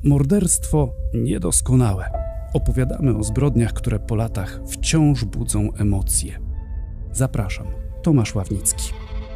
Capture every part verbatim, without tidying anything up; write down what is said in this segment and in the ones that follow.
Morderstwo niedoskonałe. Opowiadamy o zbrodniach, które po latach wciąż budzą emocje. Zapraszam, Tomasz Ławnicki.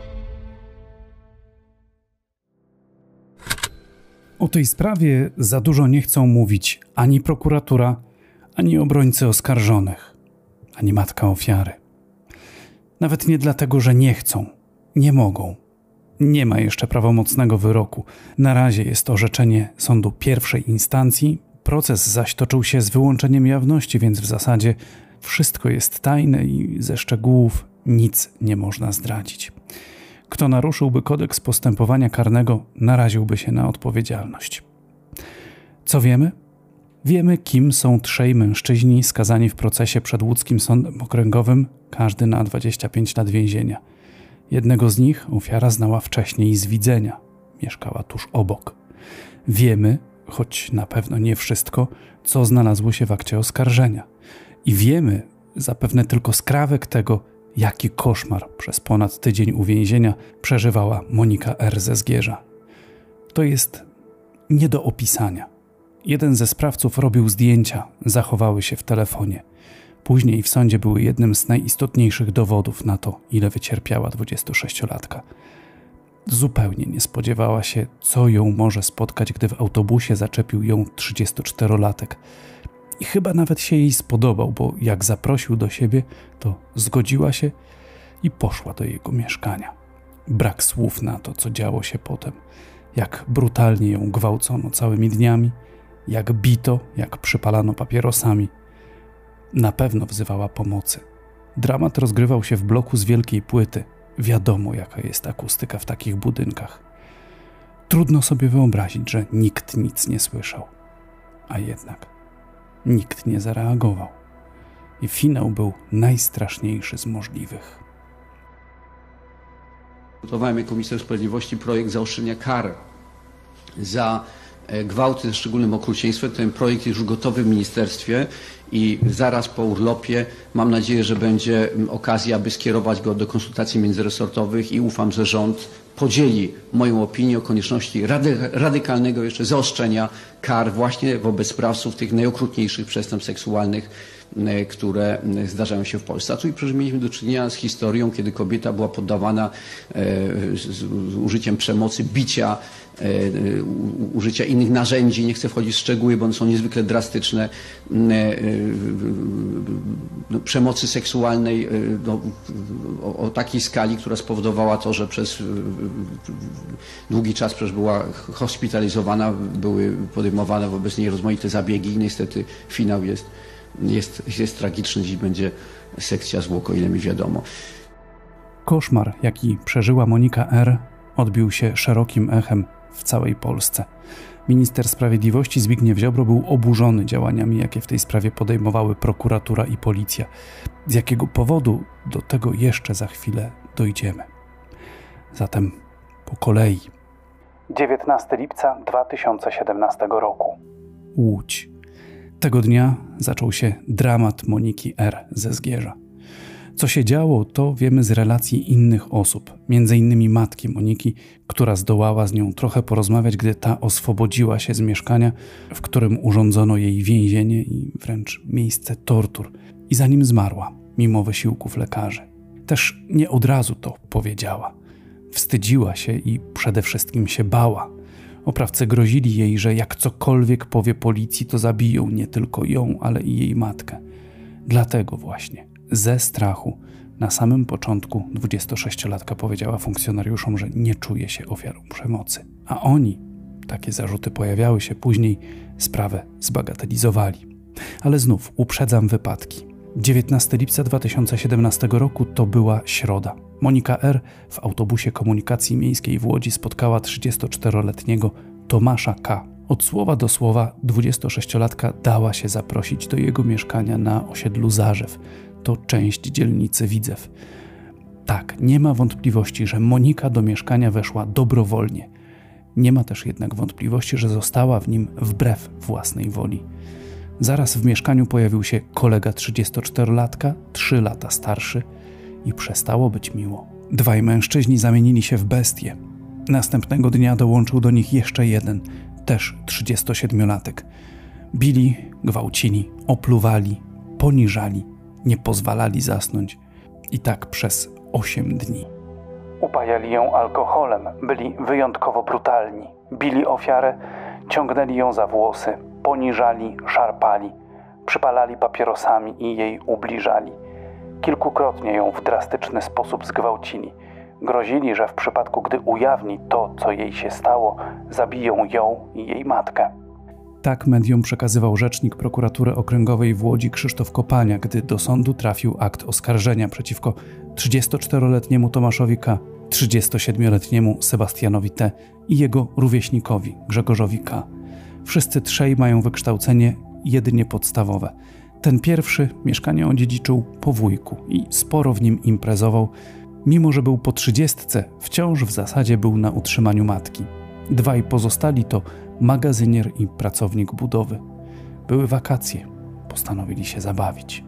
O tej sprawie za dużo nie chcą mówić ani prokuratura, ani obrońcy oskarżonych, ani matka ofiary. Nawet nie dlatego, że nie chcą, nie mogą. Nie ma jeszcze prawomocnego wyroku. Na razie jest orzeczenie sądu pierwszej instancji, proces zaś toczył się z wyłączeniem jawności, więc w zasadzie wszystko jest tajne i ze szczegółów nic nie można zdradzić. Kto naruszyłby kodeks postępowania karnego, naraziłby się na odpowiedzialność. Co wiemy? Wiemy, kim są trzej mężczyźni skazani w procesie przed łódzkim sądem okręgowym, każdy na dwadzieścia pięć lat więzienia. Jednego z nich ofiara znała wcześniej z widzenia. Mieszkała tuż obok. Wiemy, choć na pewno nie wszystko, co znalazło się w akcie oskarżenia. I wiemy zapewne tylko skrawek tego, jaki koszmar przez ponad tydzień uwięzienia przeżywała Monika R. ze Zgierza. To jest nie do opisania. Jeden ze sprawców robił zdjęcia, zachowały się w telefonie. Później w sądzie były jednym z najistotniejszych dowodów na to, ile wycierpiała dwudziestosześciolatka. Zupełnie nie spodziewała się, co ją może spotkać, gdy w autobusie zaczepił ją trzydziestoczterolatek. I chyba nawet się jej spodobał, bo jak zaprosił do siebie, to zgodziła się i poszła do jego mieszkania. Brak słów na to, co działo się potem. Jak brutalnie ją gwałcono całymi dniami, jak bito, jak przypalano papierosami. Na pewno wzywała pomocy. Dramat rozgrywał się w bloku z wielkiej płyty. Wiadomo, jaka jest akustyka w takich budynkach. Trudno sobie wyobrazić, że nikt nic nie słyszał. A jednak nikt nie zareagował. I finał był najstraszniejszy z możliwych. Przygotowałem jako minister sprawiedliwości projekt zaostrzenia kar za gwałty ze szczególnym okrucieństwem. Ten projekt jest już gotowy w ministerstwie i zaraz po urlopie mam nadzieję, że będzie okazja, aby skierować go do konsultacji międzyresortowych i ufam, że rząd podzieli moją opinię o konieczności rady, radykalnego jeszcze zaostrzenia kar właśnie wobec sprawców tych najokrutniejszych przestępstw seksualnych, które zdarzają się w Polsce. A tu przecież mieliśmy do czynienia z historią, kiedy kobieta była poddawana e, z, z użyciem przemocy, bicia, e, użycia innych narzędzi. Nie chcę wchodzić w szczegóły, bo one są niezwykle drastyczne. E, e, no, przemocy seksualnej e, no, o, o takiej skali, która spowodowała to, że przez e, długi czas przecież była hospitalizowana, były podejmowane wobec niej rozmaite zabiegi i niestety finał jest Jest, jest tragiczny, dziś będzie sekcja zwłok, o ile mi wiadomo. Koszmar, jaki przeżyła Monika R., odbił się szerokim echem w całej Polsce. Minister sprawiedliwości Zbigniew Ziobro był oburzony działaniami, jakie w tej sprawie podejmowały prokuratura i policja. Z jakiego powodu, do tego jeszcze za chwilę dojdziemy. Zatem po kolei. dziewiętnastego lipca dwa tysiące siedemnastego roku. Łódź. Tego dnia zaczął się dramat Moniki R. ze Zgierza. Co się działo, to wiemy z relacji innych osób, między innymi matki Moniki, która zdołała z nią trochę porozmawiać, gdy ta oswobodziła się z mieszkania, w którym urządzono jej więzienie i wręcz miejsce tortur, i zanim zmarła, mimo wysiłków lekarzy. Też nie od razu to powiedziała. Wstydziła się i przede wszystkim się bała. Oprawcy grozili jej, że jak cokolwiek powie policji, to zabiją nie tylko ją, ale i jej matkę. Dlatego właśnie, ze strachu, na samym początku dwudziestosześciolatka powiedziała funkcjonariuszom, że nie czuje się ofiarą przemocy. A oni, takie zarzuty pojawiały się później, sprawę zbagatelizowali. Ale znów uprzedzam wypadki. dziewiętnastego lipca dwa tysiące siedemnastego roku to była środa. Monika R. w autobusie komunikacji miejskiej w Łodzi spotkała trzydziestoczteroletniego Tomasza K. Od słowa do słowa dwudziestosześciolatka dała się zaprosić do jego mieszkania na osiedlu Zarzew. To część dzielnicy Widzew. Tak, nie ma wątpliwości, że Monika do mieszkania weszła dobrowolnie. Nie ma też jednak wątpliwości, że została w nim wbrew własnej woli. Zaraz w mieszkaniu pojawił się kolega trzydziestoczterolatka, trzy lata starszy, i przestało być miło. Dwaj mężczyźni zamienili się w bestie. Następnego dnia dołączył do nich jeszcze jeden, też trzydziestosiedmiolatek. Bili, gwałcili, opluwali, poniżali, nie pozwalali zasnąć. I tak przez osiem dni. Upajali ją alkoholem, byli wyjątkowo brutalni. Bili ofiarę, ciągnęli ją za włosy, poniżali, szarpali, przypalali papierosami i jej ubliżali. Kilkukrotnie ją w drastyczny sposób zgwałcili. Grozili, że w przypadku, gdy ujawni to, co jej się stało, zabiją ją i jej matkę. Tak mediom przekazywał rzecznik prokuratury okręgowej w Łodzi Krzysztof Kopania, gdy do sądu trafił akt oskarżenia przeciwko trzydziestoczteroletniemu Tomaszowi K., trzydziestosiedmioletniemu Sebastianowi T. i jego rówieśnikowi Grzegorzowi K. Wszyscy trzej mają wykształcenie jedynie podstawowe. Ten pierwszy mieszkanie odziedziczył po wujku i sporo w nim imprezował. Mimo że był po trzydziestce, wciąż w zasadzie był na utrzymaniu matki. Dwaj pozostali to magazynier i pracownik budowy. Były wakacje, postanowili się zabawić.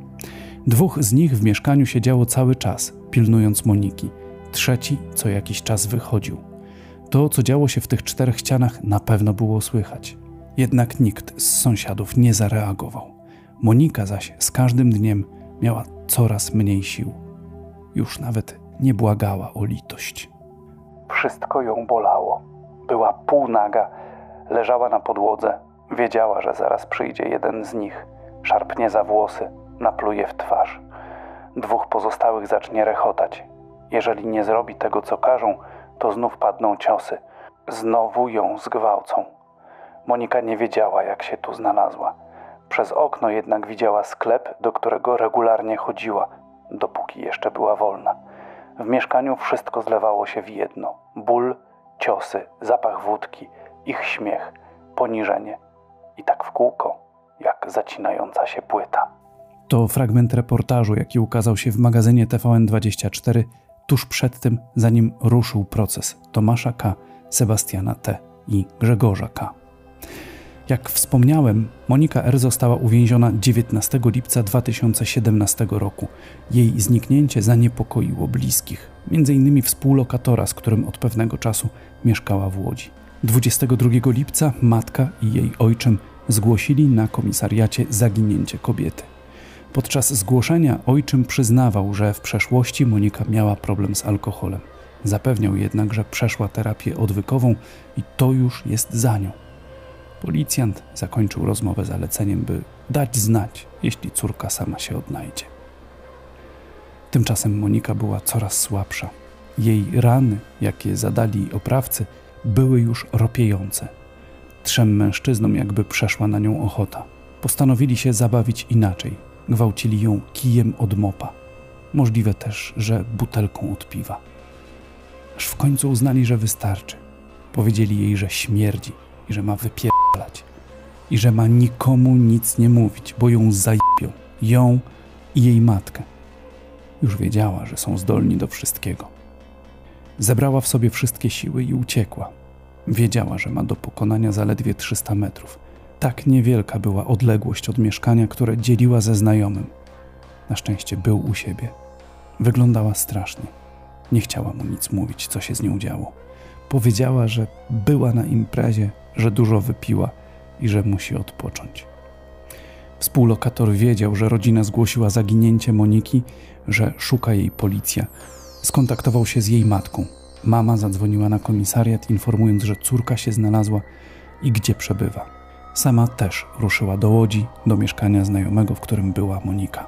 Dwóch z nich w mieszkaniu siedziało cały czas, pilnując Moniki. Trzeci co jakiś czas wychodził. To, co działo się w tych czterech ścianach, na pewno było słychać. Jednak nikt z sąsiadów nie zareagował. Monika zaś z każdym dniem miała coraz mniej sił. Już nawet nie błagała o litość. Wszystko ją bolało. Była półnaga, leżała na podłodze. Wiedziała, że zaraz przyjdzie jeden z nich. Szarpnie za włosy, napluje w twarz. Dwóch pozostałych zacznie rechotać. Jeżeli nie zrobi tego, co każą, to znów padną ciosy. Znowu ją zgwałcą. Monika nie wiedziała, jak się tu znalazła. Przez okno jednak widziała sklep, do którego regularnie chodziła, dopóki jeszcze była wolna. W mieszkaniu wszystko zlewało się w jedno. Ból, ciosy, zapach wódki, ich śmiech, poniżenie. I tak w kółko, jak zacinająca się płyta. To fragment reportażu, jaki ukazał się w magazynie T V N dwadzieścia cztery tuż przed tym, zanim ruszył proces Tomasza K., Sebastiana T. i Grzegorza K. Jak wspomniałem, Monika R. została uwięziona dziewiętnastego lipca dwa tysiące siedemnastego roku. Jej zniknięcie zaniepokoiło bliskich, między innymi współlokatora, z którym od pewnego czasu mieszkała w Łodzi. dwudziestego drugiego lipca matka i jej ojczym zgłosili na komisariacie zaginięcie kobiety. Podczas zgłoszenia ojczym przyznawał, że w przeszłości Monika miała problem z alkoholem. Zapewniał jednak, że przeszła terapię odwykową i to już jest za nią. Policjant zakończył rozmowę zaleceniem, by dać znać, jeśli córka sama się odnajdzie. Tymczasem Monika była coraz słabsza. Jej rany, jakie zadali oprawcy, były już ropiejące. Trzem mężczyznom jakby przeszła na nią ochota. Postanowili się zabawić inaczej. Gwałcili ją kijem od mopa. Możliwe też, że butelką od piwa. Aż w końcu uznali, że wystarczy. Powiedzieli jej, że śmierdzi i że ma wypierdalać. I że ma nikomu nic nie mówić, bo ją zajebią. Ją i jej matkę. Już wiedziała, że są zdolni do wszystkiego. Zebrała w sobie wszystkie siły i uciekła. Wiedziała, że ma do pokonania zaledwie trzysta metrów. Tak niewielka była odległość od mieszkania, które dzieliła ze znajomym. Na szczęście był u siebie. Wyglądała strasznie. Nie chciała mu nic mówić, co się z nią działo. Powiedziała, że była na imprezie, że dużo wypiła i że musi odpocząć. Współlokator wiedział, że rodzina zgłosiła zaginięcie Moniki, że szuka jej policja. Skontaktował się z jej matką. Mama zadzwoniła na komisariat, informując, że córka się znalazła i gdzie przebywa. Sama też ruszyła do Łodzi, do mieszkania znajomego, w którym była Monika.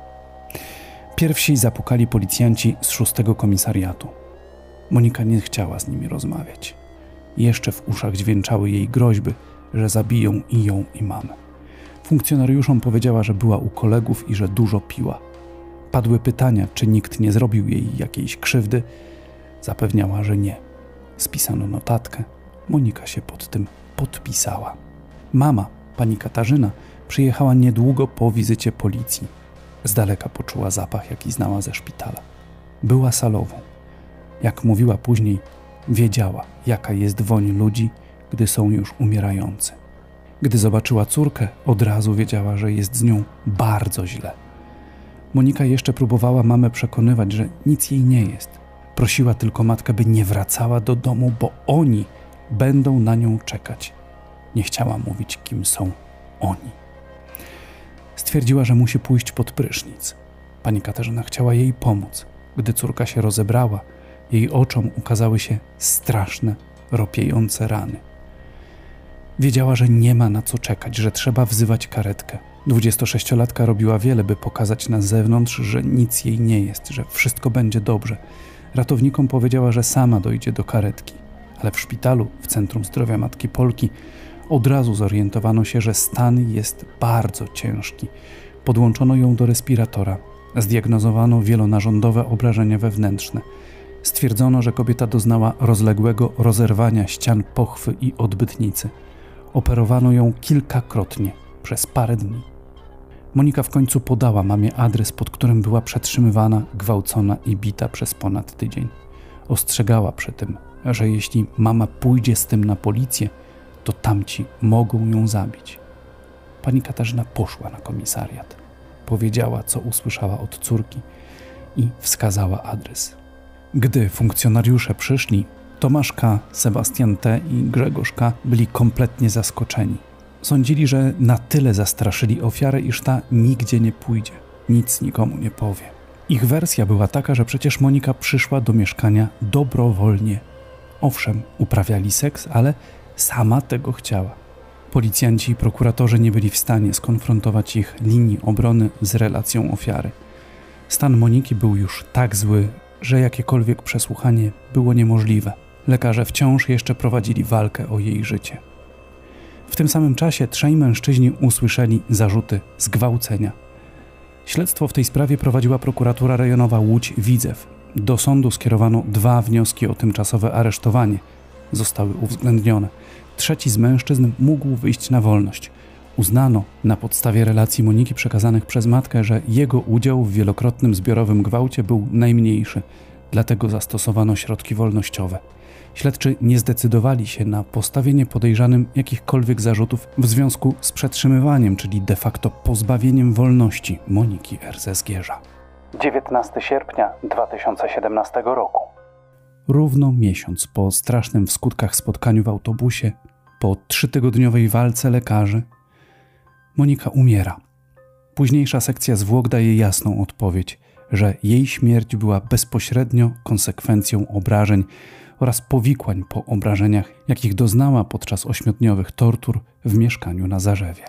Pierwsi zapukali policjanci z szóstego komisariatu. Monika nie chciała z nimi rozmawiać. Jeszcze w uszach dźwięczały jej groźby, że zabiją i ją, i mamę. Funkcjonariuszom powiedziała, że była u kolegów i że dużo piła. Padły pytania, czy nikt nie zrobił jej jakiejś krzywdy. Zapewniała, że nie. Spisano notatkę. Monika się pod tym podpisała. Mama, pani Katarzyna, przyjechała niedługo po wizycie policji. Z daleka poczuła zapach, jaki znała ze szpitala. Była salową. Jak mówiła później, wiedziała, jaka jest woń ludzi, gdy są już umierający. Gdy zobaczyła córkę, od razu wiedziała, że jest z nią bardzo źle. Monika jeszcze próbowała mamę przekonywać, że nic jej nie jest. Prosiła tylko matkę, by nie wracała do domu, bo oni będą na nią czekać. nie chciała mówić, kim są oni. Stwierdziła, że musi pójść pod prysznic. Pani Katarzyna chciała jej pomóc. Gdy córka się rozebrała, jej oczom ukazały się straszne, ropiejące rany. Wiedziała, że nie ma na co czekać, że trzeba wzywać karetkę. Dwudziestosześciolatka robiła wiele, by pokazać na zewnątrz, że nic jej nie jest, że wszystko będzie dobrze. Ratownikom powiedziała, że sama dojdzie do karetki. Ale w szpitalu, w Centrum Zdrowia Matki Polki, od razu zorientowano się, że stan jest bardzo ciężki. Podłączono ją do respiratora. Zdiagnozowano wielonarządowe obrażenia wewnętrzne. Stwierdzono, że kobieta doznała rozległego rozerwania ścian pochwy i odbytnicy. Operowano ją kilkakrotnie, przez parę dni. Monika w końcu podała mamie adres, pod którym była przetrzymywana, gwałcona i bita przez ponad tydzień. Ostrzegała przy tym, że jeśli mama pójdzie z tym na policję, to tamci mogą ją zabić. Pani Katarzyna poszła na komisariat. Powiedziała, co usłyszała od córki i wskazała adres. Gdy funkcjonariusze przyszli, Tomasz K., Sebastian T. i Grzegorz K. byli kompletnie zaskoczeni. Sądzili, że na tyle zastraszyli ofiarę, iż ta nigdzie nie pójdzie, nic nikomu nie powie. Ich wersja była taka, że przecież Monika przyszła do mieszkania dobrowolnie. Owszem, uprawiali seks, ale sama tego chciała. Policjanci i prokuratorzy nie byli w stanie skonfrontować ich linii obrony z relacją ofiary. Stan Moniki był już tak zły, że jakiekolwiek przesłuchanie było niemożliwe. Lekarze wciąż jeszcze prowadzili walkę o jej życie. W tym samym czasie trzej mężczyźni usłyszeli zarzuty zgwałcenia. Śledztwo w tej sprawie prowadziła prokuratura rejonowa Łódź-Widzew. Do sądu skierowano dwa wnioski o tymczasowe aresztowanie. Zostały uwzględnione. Trzeci z mężczyzn mógł wyjść na wolność. Uznano na podstawie relacji Moniki przekazanych przez matkę, że jego udział w wielokrotnym zbiorowym gwałcie był najmniejszy, dlatego zastosowano środki wolnościowe. Śledczy nie zdecydowali się na postawienie podejrzanym jakichkolwiek zarzutów w związku z przetrzymywaniem, czyli de facto pozbawieniem wolności Moniki R. ze Zgierza. dziewiętnastego sierpnia dwa tysiące siedemnastego roku. Równo miesiąc po strasznym w skutkach spotkaniu w autobusie, po trzytygodniowej walce lekarzy, Monika umiera. Późniejsza sekcja zwłok daje jasną odpowiedź, że jej śmierć była bezpośrednio konsekwencją obrażeń oraz powikłań po obrażeniach, jakich doznała podczas ośmiodniowych tortur w mieszkaniu na Zarzewie.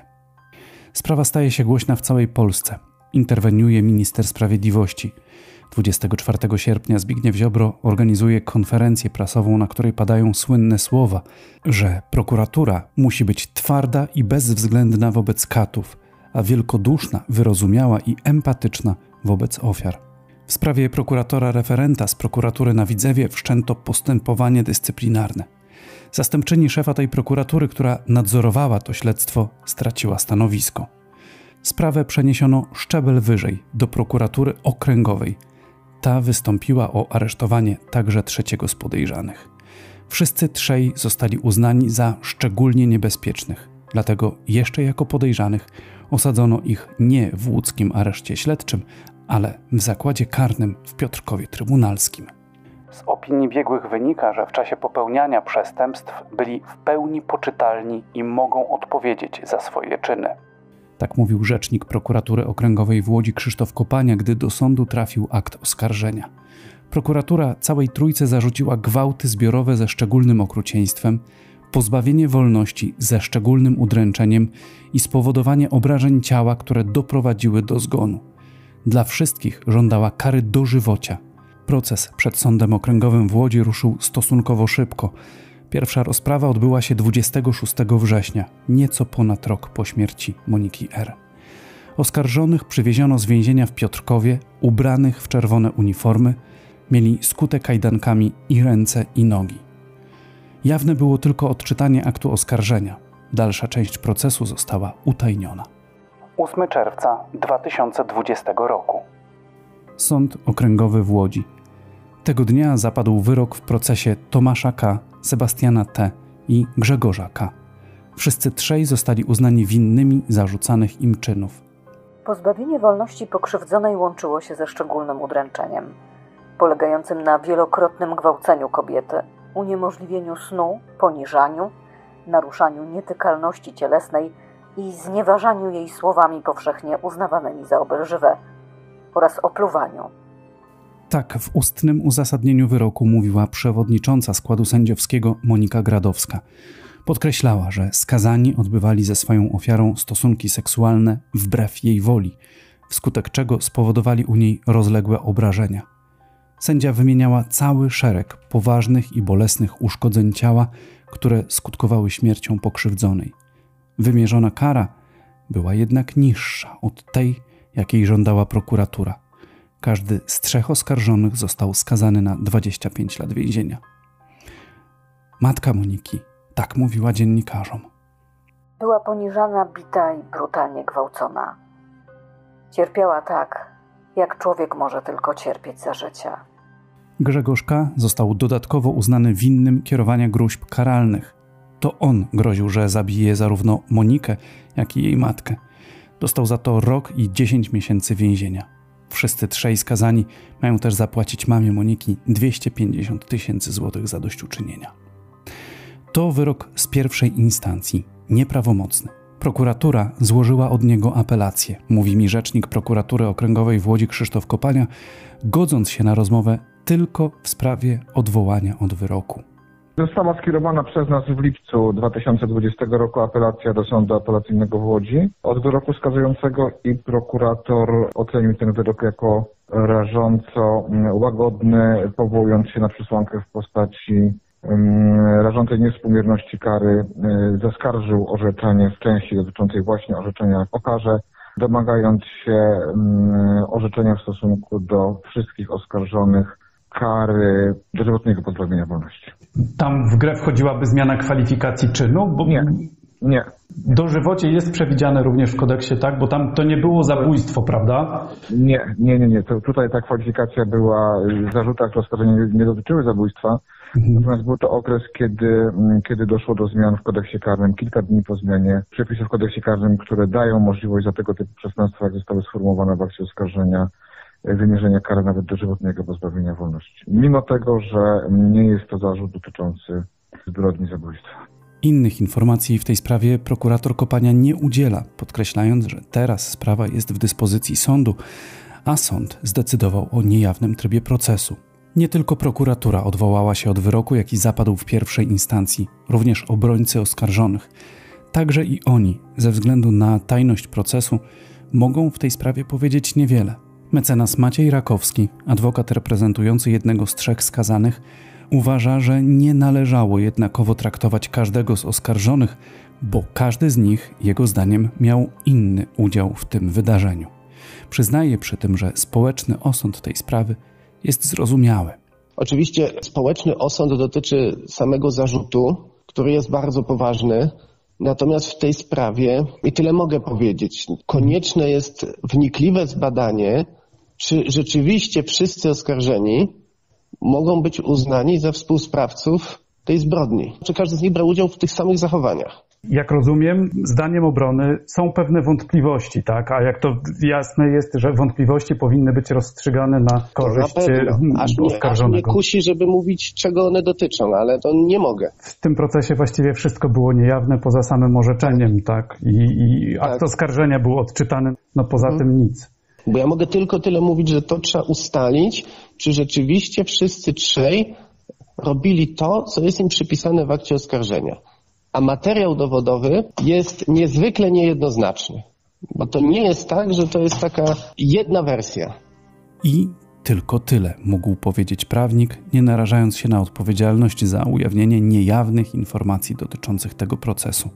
Sprawa staje się głośna w całej Polsce. Interweniuje minister sprawiedliwości. dwudziestego czwartego sierpnia Zbigniew Ziobro organizuje konferencję prasową, na której padają słynne słowa, że prokuratura musi być twarda i bezwzględna wobec katów, a wielkoduszna, wyrozumiała i empatyczna wobec ofiar. W sprawie prokuratora referenta z prokuratury na Widzewie wszczęto postępowanie dyscyplinarne. Zastępczyni szefa tej prokuratury, która nadzorowała to śledztwo, straciła stanowisko. Sprawę przeniesiono szczebel wyżej, do prokuratury okręgowej. Ta wystąpiła o aresztowanie także trzeciego z podejrzanych. Wszyscy trzej zostali uznani za szczególnie niebezpiecznych, dlatego jeszcze jako podejrzanych osadzono ich nie w łódzkim areszcie śledczym, ale w zakładzie karnym w Piotrkowie Trybunalskim. Z opinii biegłych wynika, że w czasie popełniania przestępstw byli w pełni poczytalni i mogą odpowiedzieć za swoje czyny. Tak mówił rzecznik prokuratury okręgowej w Łodzi Krzysztof Kopania, gdy do sądu trafił akt oskarżenia. Prokuratura całej trójce zarzuciła gwałty zbiorowe ze szczególnym okrucieństwem, pozbawienie wolności ze szczególnym udręczeniem i spowodowanie obrażeń ciała, które doprowadziły do zgonu. Dla wszystkich żądała kary dożywocia. Proces przed Sądem Okręgowym w Łodzi ruszył stosunkowo szybko. Pierwsza rozprawa odbyła się dwudziestego szóstego września, nieco ponad rok po śmierci Moniki R. Oskarżonych przywieziono z więzienia w Piotrkowie, ubranych w czerwone uniformy, mieli skute kajdankami i ręce i nogi. Jawne było tylko odczytanie aktu oskarżenia. Dalsza część procesu została utajniona. ósmego czerwca dwa tysiące dwudziestego roku. Sąd Okręgowy w Łodzi. Tego dnia zapadł wyrok w procesie Tomasza K., Sebastiana T. i Grzegorza K. Wszyscy trzej zostali uznani winnymi zarzucanych im czynów. Pozbawienie wolności pokrzywdzonej łączyło się ze szczególnym udręczeniem, polegającym na wielokrotnym gwałceniu kobiety, uniemożliwieniu snu, poniżaniu, naruszaniu nietykalności cielesnej i znieważaniu jej słowami powszechnie uznawanymi za obelżywe oraz opluwaniu. Tak w ustnym uzasadnieniu wyroku mówiła przewodnicząca składu sędziowskiego Monika Gradowska. Podkreślała, że skazani odbywali ze swoją ofiarą stosunki seksualne wbrew jej woli, wskutek czego spowodowali u niej rozległe obrażenia. Sędzia wymieniała cały szereg poważnych i bolesnych uszkodzeń ciała, które skutkowały śmiercią pokrzywdzonej. Wymierzona kara była jednak niższa od tej, jakiej żądała prokuratura. Każdy z trzech oskarżonych został skazany na dwadzieścia pięć lat więzienia. Matka Moniki tak mówiła dziennikarzom. Była poniżana, bita i brutalnie gwałcona. Cierpiała tak, jak człowiek może tylko cierpieć za życia. Grzegorz K. został dodatkowo uznany winnym kierowania gróźb karalnych. To on groził, że zabije zarówno Monikę, jak i jej matkę. Dostał za to rok i dziesięć miesięcy więzienia. Wszyscy trzej skazani mają też zapłacić mamie Moniki dwieście pięćdziesiąt tysięcy złotych zadośćuczynienia. To wyrok z pierwszej instancji, nieprawomocny. Prokuratura złożyła od niego apelację, mówi mi rzecznik prokuratury okręgowej w Łodzi Krzysztof Kopania, godząc się na rozmowę tylko w sprawie odwołania od wyroku. Została skierowana przez nas w lipcu dwa tysiące dwudziestego roku apelacja do Sądu Apelacyjnego w Łodzi od wyroku skazującego i prokurator ocenił ten wyrok jako rażąco łagodny, powołując się na przesłankę w postaci rażącej niewspółmierności kary, zaskarżył orzeczenie w części dotyczącej właśnie orzeczenia o karze, domagając się orzeczenia w stosunku do wszystkich oskarżonych kary dożywotniego pozbawienia wolności. Tam w grę wchodziłaby zmiana kwalifikacji czynu? Bo nie, nie. Dożywocie jest przewidziane również w kodeksie, tak? Bo tam to nie było zabójstwo, prawda? Nie, nie, nie, nie. To tutaj ta kwalifikacja była, zarzuty aktu oskarżenia nie, nie dotyczyły zabójstwa. Mhm. Natomiast był to okres, kiedy, kiedy doszło do zmian w kodeksie karnym, kilka dni po zmianie przepisów w kodeksie karnym, które dają możliwość za tego typu przestępstwa, jak zostały sformułowane w akcie oskarżenia, wymierzenia kary nawet dożywotniego pozbawienia wolności. Mimo tego, że nie jest to zarzut dotyczący zbrodni zabójstwa. Innych informacji w tej sprawie prokurator Kopania nie udziela, podkreślając, że teraz sprawa jest w dyspozycji sądu, a sąd zdecydował o niejawnym trybie procesu. Nie tylko prokuratura odwołała się od wyroku, jaki zapadł w pierwszej instancji, również obrońcy oskarżonych. Także i oni, ze względu na tajność procesu, mogą w tej sprawie powiedzieć niewiele. Mecenas Maciej Rakowski, adwokat reprezentujący jednego z trzech skazanych, uważa, że nie należało jednakowo traktować każdego z oskarżonych, bo każdy z nich, jego zdaniem, miał inny udział w tym wydarzeniu. Przyznaje przy tym, że społeczny osąd tej sprawy jest zrozumiały. Oczywiście społeczny osąd dotyczy samego zarzutu, który jest bardzo poważny. Natomiast w tej sprawie, i tyle mogę powiedzieć, konieczne jest wnikliwe zbadanie, czy rzeczywiście wszyscy oskarżeni mogą być uznani za współsprawców tej zbrodni. Czy każdy z nich brał udział w tych samych zachowaniach? Jak rozumiem, zdaniem obrony są pewne wątpliwości, tak? A jak to jasne jest, że wątpliwości powinny być rozstrzygane na korzyść to na aż mnie, aż mnie kusi, żeby mówić, czego one dotyczą, ale to nie mogę. W tym procesie właściwie wszystko było niejawne poza samym orzeczeniem, tak? I, i akt tak. oskarżenia był odczytany, no poza hmm. tym nic. Bo ja mogę tylko tyle mówić, że to trzeba ustalić, czy rzeczywiście wszyscy trzej robili to, co jest im przypisane w akcie oskarżenia. A materiał dowodowy jest niezwykle niejednoznaczny. Bo to nie jest tak, że to jest taka jedna wersja. I tylko tyle mógł powiedzieć prawnik, nie narażając się na odpowiedzialność za ujawnienie niejawnych informacji dotyczących tego procesu.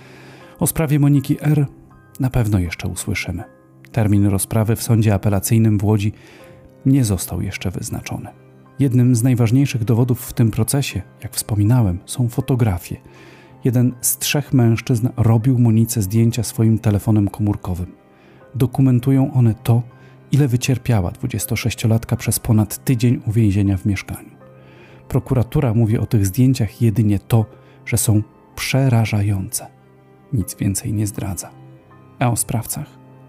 O sprawie Moniki R. na pewno jeszcze usłyszymy. Termin rozprawy w sądzie apelacyjnym w Łodzi nie został jeszcze wyznaczony. Jednym z najważniejszych dowodów w tym procesie, jak wspominałem, są fotografie. Jeden z trzech mężczyzn robił Monice zdjęcia swoim telefonem komórkowym. Dokumentują one to, ile wycierpiała dwudziestosześciolatka przez ponad tydzień uwięzienia w mieszkaniu. Prokuratura mówi o tych zdjęciach jedynie to, że są przerażające. Nic więcej nie zdradza. A o sprawcach?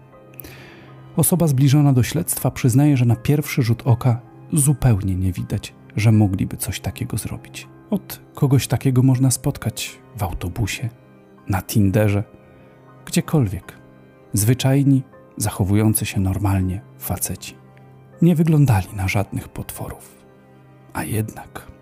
Osoba zbliżona do śledztwa przyznaje, że na pierwszy rzut oka zupełnie nie widać, że mogliby coś takiego zrobić. Od kogoś takiego można spotkać w autobusie, na Tinderze, gdziekolwiek. Zwyczajni, zachowujący się normalnie faceci. Nie wyglądali na żadnych potworów. A jednak...